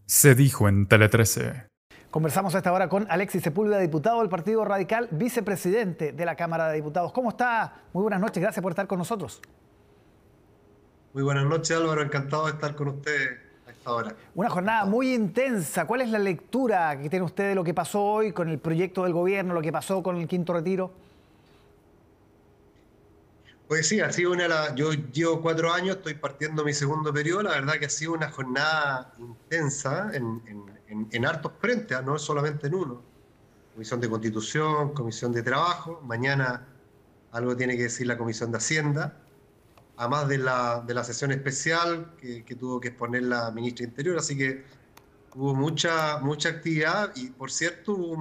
Se dijo en Tele 13. Conversamos a esta hora con Alexis Sepúlveda, diputado del Partido Radical, vicepresidente de la Cámara de Diputados. ¿Cómo está? Muy buenas noches, gracias por estar con nosotros. Muy buenas noches, Álvaro, encantado de estar con usted a esta hora. Una jornada muy intensa. ¿Cuál es la lectura que tiene usted de lo que pasó hoy con el proyecto del gobierno, lo que pasó con el quinto retiro? Pues sí, ha sido yo llevo 4 años, estoy partiendo mi segundo periodo. La verdad que ha sido una jornada intensa en hartos frentes, no solamente en uno. Comisión de Constitución, Comisión de Trabajo. Mañana algo tiene que decir la Comisión de Hacienda. Además de la sesión especial que tuvo que exponer la ministra de Interior. Así que hubo mucha actividad y, por cierto, hubo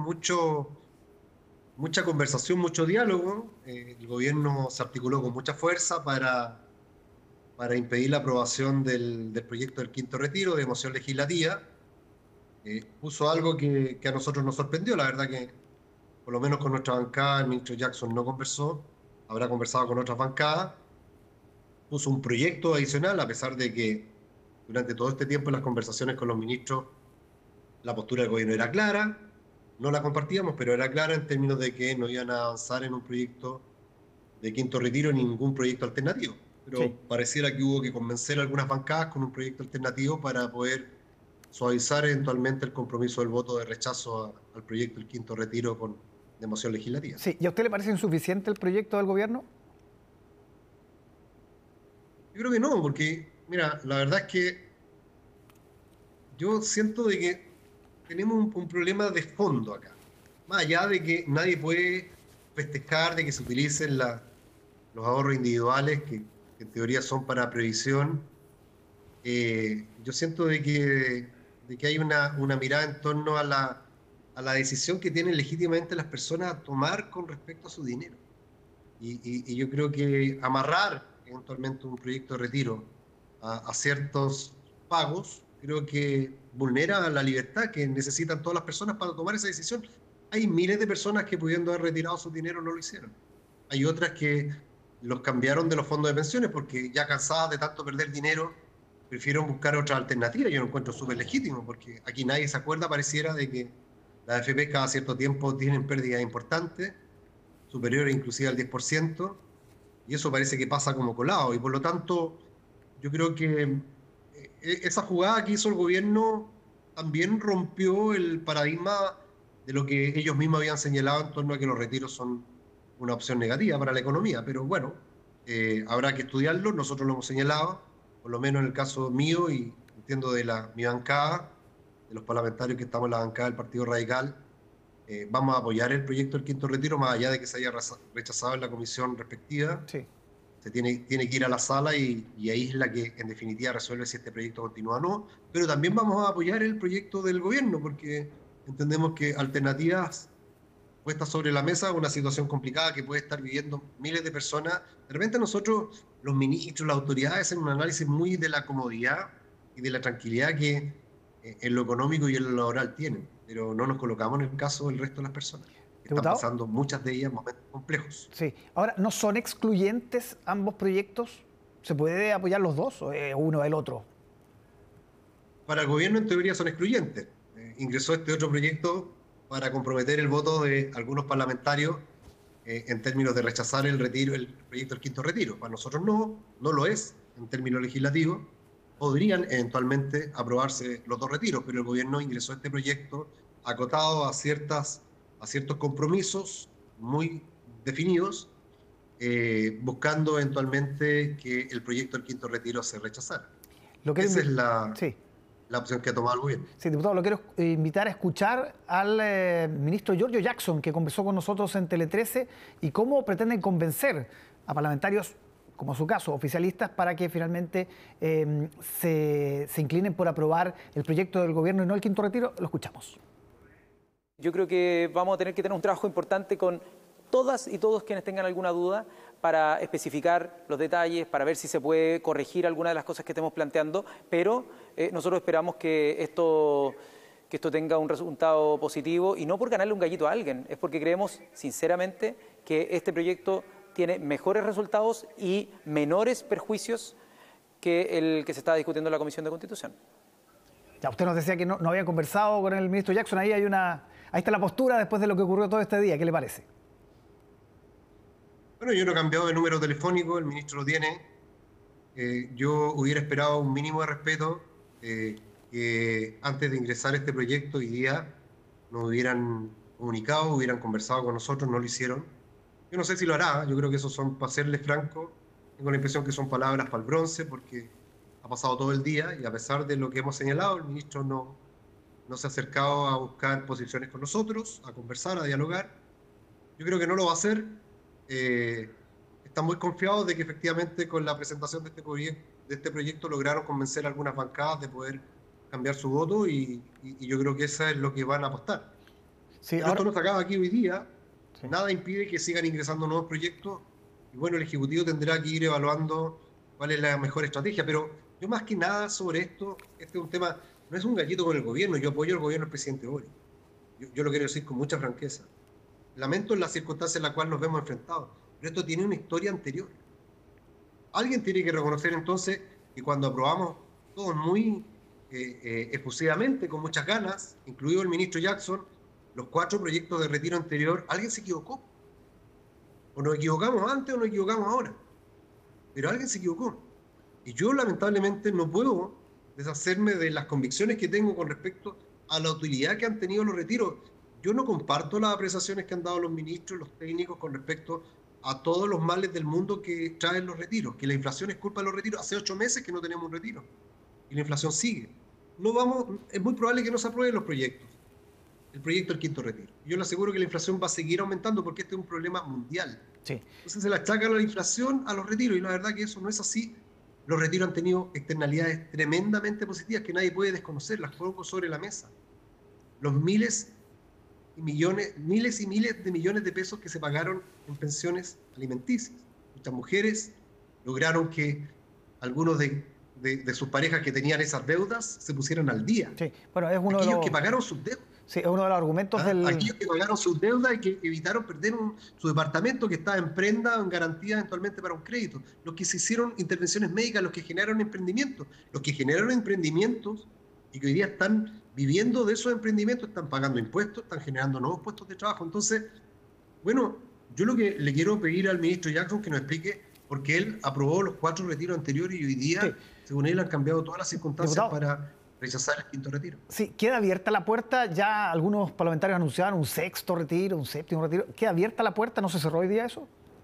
mucha conversación, mucho diálogo. El gobierno se articuló con mucha fuerza para impedir la aprobación del proyecto del quinto retiro de moción legislativa. Puso algo que a nosotros nos sorprendió. La verdad que, por lo menos con nuestra bancada, el ministro Jackson no conversó, habrá conversado con otras bancadas. Puso un proyecto adicional, a pesar de que durante todo este tiempo en las conversaciones con los ministros la postura del gobierno era clara. No la compartíamos, pero era clara en términos de que no iban a avanzar en un proyecto de quinto retiro ni ningún proyecto alternativo. Pero Sí. pareciera que hubo que convencer a algunas bancadas con un proyecto alternativo para poder suavizar eventualmente el compromiso del voto de rechazo al proyecto del quinto retiro de moción legislativa. Sí. ¿Y a usted le parece insuficiente el proyecto del gobierno? Yo creo que no, porque, mira, la verdad es que yo siento de que tenemos un problema de fondo acá. Más allá de que nadie puede festejar de que se utilicen los ahorros individuales, que en teoría son para previsión, yo siento de que hay una mirada en torno a la decisión que tienen legítimamente las personas a tomar con respecto a su dinero. Y yo creo que amarrar eventualmente un proyecto de retiro a ciertos pagos, creo que vulnera la libertad que necesitan todas las personas para tomar esa decisión. Hay miles de personas que, pudiendo haber retirado su dinero, no lo hicieron. Hay otras que los cambiaron de los fondos de pensiones porque, ya cansadas de tanto perder dinero, prefirieron buscar otra alternativa. Yo lo encuentro súper legítimo, porque aquí nadie se acuerda, pareciera, de que las AFP cada cierto tiempo tienen pérdidas importantes, superiores inclusive al 10%, y eso parece que pasa como colado. Y por lo tanto, yo creo que esa jugada que hizo el gobierno también rompió el paradigma de lo que ellos mismos habían señalado en torno a que los retiros son una opción negativa para la economía. Pero bueno, habrá que estudiarlo. Nosotros lo hemos señalado, por lo menos en el caso mío, y entiendo de mi bancada, de los parlamentarios que estamos en la bancada del Partido Radical. Vamos a apoyar el proyecto del quinto retiro, más allá de que se haya rechazado en la comisión respectiva. Sí. Se tiene que ir a la sala y ahí es la que en definitiva resuelve si este proyecto continúa o no. Pero también vamos a apoyar el proyecto del gobierno, porque entendemos que alternativas puestas sobre la mesa, una situación complicada que puede estar viviendo miles de personas. De repente nosotros, los ministros, las autoridades, hacen un análisis muy de la comodidad y de la tranquilidad que en lo económico y en lo laboral tienen, pero no nos colocamos en el caso del resto de las personas. Están Diputado. pasando, muchas de ellas, momentos complejos. Sí. Ahora, ¿no son excluyentes ambos proyectos? ¿Se puede apoyar los dos o uno el otro? Para el gobierno, en teoría, son excluyentes. Ingresó este otro proyecto para comprometer el voto de algunos parlamentarios en términos de rechazar el proyecto del quinto retiro. Para nosotros no lo es en términos legislativos. Podrían eventualmente aprobarse los dos retiros, pero el gobierno ingresó este proyecto acotado a ciertos compromisos muy definidos, buscando eventualmente que el proyecto del quinto retiro se rechazara. Esa es Sí. la opción que ha tomado el gobierno. Sí, diputado, lo quiero invitar a escuchar al ministro Giorgio Jackson, que conversó con nosotros en Tele 13, y cómo pretenden convencer a parlamentarios, como su caso, oficialistas, para que finalmente se inclinen por aprobar el proyecto del gobierno y no el quinto retiro. Lo escuchamos. Yo creo que vamos a tener que tener un trabajo importante con todas y todos quienes tengan alguna duda para especificar los detalles, para ver si se puede corregir alguna de las cosas que estemos planteando, pero nosotros esperamos que esto tenga un resultado positivo, y no por ganarle un gallito a alguien, es porque creemos sinceramente que este proyecto tiene mejores resultados y menores perjuicios que el que se está discutiendo en la Comisión de Constitución. Ya, usted nos decía que no había conversado con el ministro Jackson. Ahí está la postura después de lo que ocurrió todo este día. ¿Qué le parece? Bueno, yo no he cambiado de número telefónico, el ministro lo tiene. Yo hubiera esperado un mínimo de respeto, que antes de ingresar a este proyecto hoy día nos hubieran comunicado, hubieran conversado con nosotros, no lo hicieron. Yo no sé si lo hará, yo creo que eso son, para serles franco, tengo la impresión que son palabras para el bronce, porque ha pasado todo el día y a pesar de lo que hemos señalado, el ministro no se ha acercado a buscar posiciones con nosotros, a conversar, a dialogar. Yo creo que no lo va a hacer. Están muy confiados de que efectivamente con la presentación de este proyecto lograron convencer a algunas bancadas de poder cambiar su voto y yo creo que eso es lo que van a apostar. Sí, Pero esto no se acaba aquí hoy día. Sí. Nada impide que sigan ingresando nuevos proyectos y bueno, el Ejecutivo tendrá que ir evaluando cuál es la mejor estrategia. Pero yo más que nada sobre esto, este es un tema, no es un gallito con el gobierno, yo apoyo al gobierno del presidente Boric. Yo lo quiero decir con mucha franqueza. Lamento las circunstancias en las cuales nos vemos enfrentados, pero esto tiene una historia anterior. Alguien tiene que reconocer entonces que cuando aprobamos todos muy efusivamente, con muchas ganas, incluido el ministro Jackson, los 4 proyectos de retiro anterior, alguien se equivocó. O nos equivocamos antes o nos equivocamos ahora. Pero alguien se equivocó. Y yo lamentablemente no puedo deshacerme de las convicciones que tengo con respecto a la utilidad que han tenido los retiros. Yo no comparto las apreciaciones que han dado los ministros, los técnicos con respecto a todos los males del mundo que traen los retiros, que la inflación es culpa de los retiros. Hace 8 meses que no tenemos un retiro y la inflación sigue. Es muy probable que no se aprueben los proyectos, el proyecto del quinto retiro. Yo le aseguro que la inflación va a seguir aumentando porque este es un problema mundial. Sí. Entonces se le achaca la inflación a los retiros y la verdad que eso no es así. Los retiros han tenido externalidades tremendamente positivas que nadie puede desconocer, las pongo sobre la mesa. Los miles y miles de millones de pesos que se pagaron en pensiones alimenticias. Muchas mujeres lograron que algunos de sus parejas que tenían esas deudas se pusieran al día. Sí. Bueno, es uno aquellos que pagaron sus deudas. Sí, es uno de los argumentos del... Aquellos que pagaron sus deudas y que evitaron perder su departamento que estaba en prenda o en garantía eventualmente para un crédito. Los que se hicieron intervenciones médicas, los que generaron emprendimientos. Los que generaron emprendimientos y que hoy día están viviendo de esos emprendimientos, están pagando impuestos, están generando nuevos puestos de trabajo. Entonces, bueno, yo lo que le quiero pedir al ministro Jackson que nos explique por qué él aprobó los 4 retiros anteriores y hoy día, sí, según él, han cambiado todas las circunstancias, diputado, para rechazar el quinto retiro. Sí, queda abierta la puerta. Ya algunos parlamentarios anunciaron un 6º retiro, un 7º retiro. ¿Queda abierta la puerta? ¿No se cerró hoy día eso?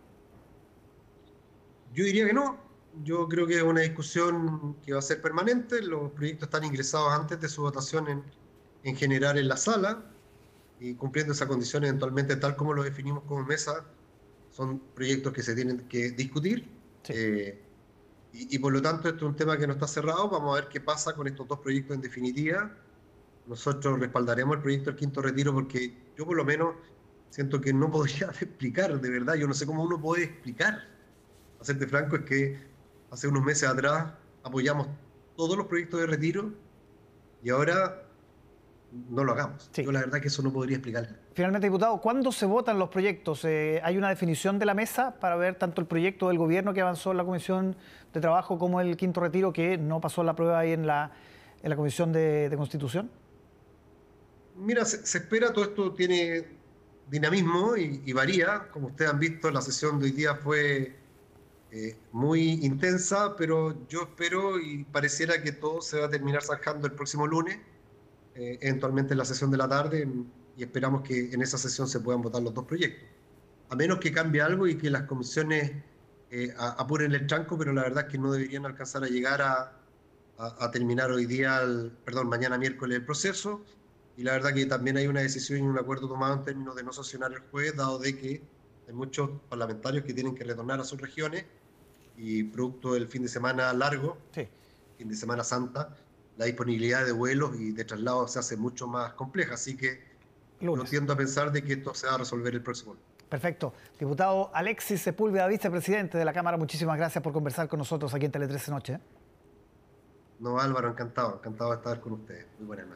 Yo diría que no. Yo creo que es una discusión que va a ser permanente. Los proyectos están ingresados antes de su votación en general en la sala y cumpliendo esa condición eventualmente tal como lo definimos como mesa, son proyectos que se tienen que discutir. Sí. Y por lo tanto esto es un tema que no está cerrado. Vamos a ver qué pasa con estos 2 proyectos en definitiva. Nosotros respaldaremos el proyecto del quinto retiro porque yo por lo menos siento que no podría explicar, de verdad, yo no sé cómo uno puede explicar. A serte franco, es que hace unos meses atrás apoyamos todos los proyectos de retiro y ahora no lo hagamos. Sí. Yo la verdad que eso no podría explicar. Finalmente, diputado, ¿cuándo se votan los proyectos? ¿Hay una definición de la mesa para ver tanto el proyecto del gobierno que avanzó en la Comisión de Trabajo como el quinto retiro que no pasó la prueba ahí en la Comisión de Constitución? Mira, se espera, todo esto tiene dinamismo y varía. Como ustedes han visto, la sesión de hoy día fue muy intensa, pero yo espero y pareciera que todo se va a terminar zanjando el próximo lunes, eventualmente en la sesión de la tarde, y esperamos que en esa sesión se puedan votar los 2 proyectos. A menos que cambie algo y que las comisiones apuren el tranco, pero la verdad es que no deberían alcanzar a llegar a terminar hoy día, mañana miércoles el proceso. Y la verdad que también hay una decisión y un acuerdo tomado en términos de no sancionar el juez, dado de que hay muchos parlamentarios que tienen que retornar a sus regiones y producto del fin de semana largo, sí, fin de semana santa, la disponibilidad de vuelos y de traslados se hace mucho más compleja. Así que yo tiendo a pensar de que esto se va a resolver el próximo año. Perfecto. Diputado Alexis Sepúlveda, vicepresidente de la Cámara, muchísimas gracias por conversar con nosotros aquí en Tele 13 Noche. No, Álvaro, encantado de estar con ustedes. Muy buenas noches.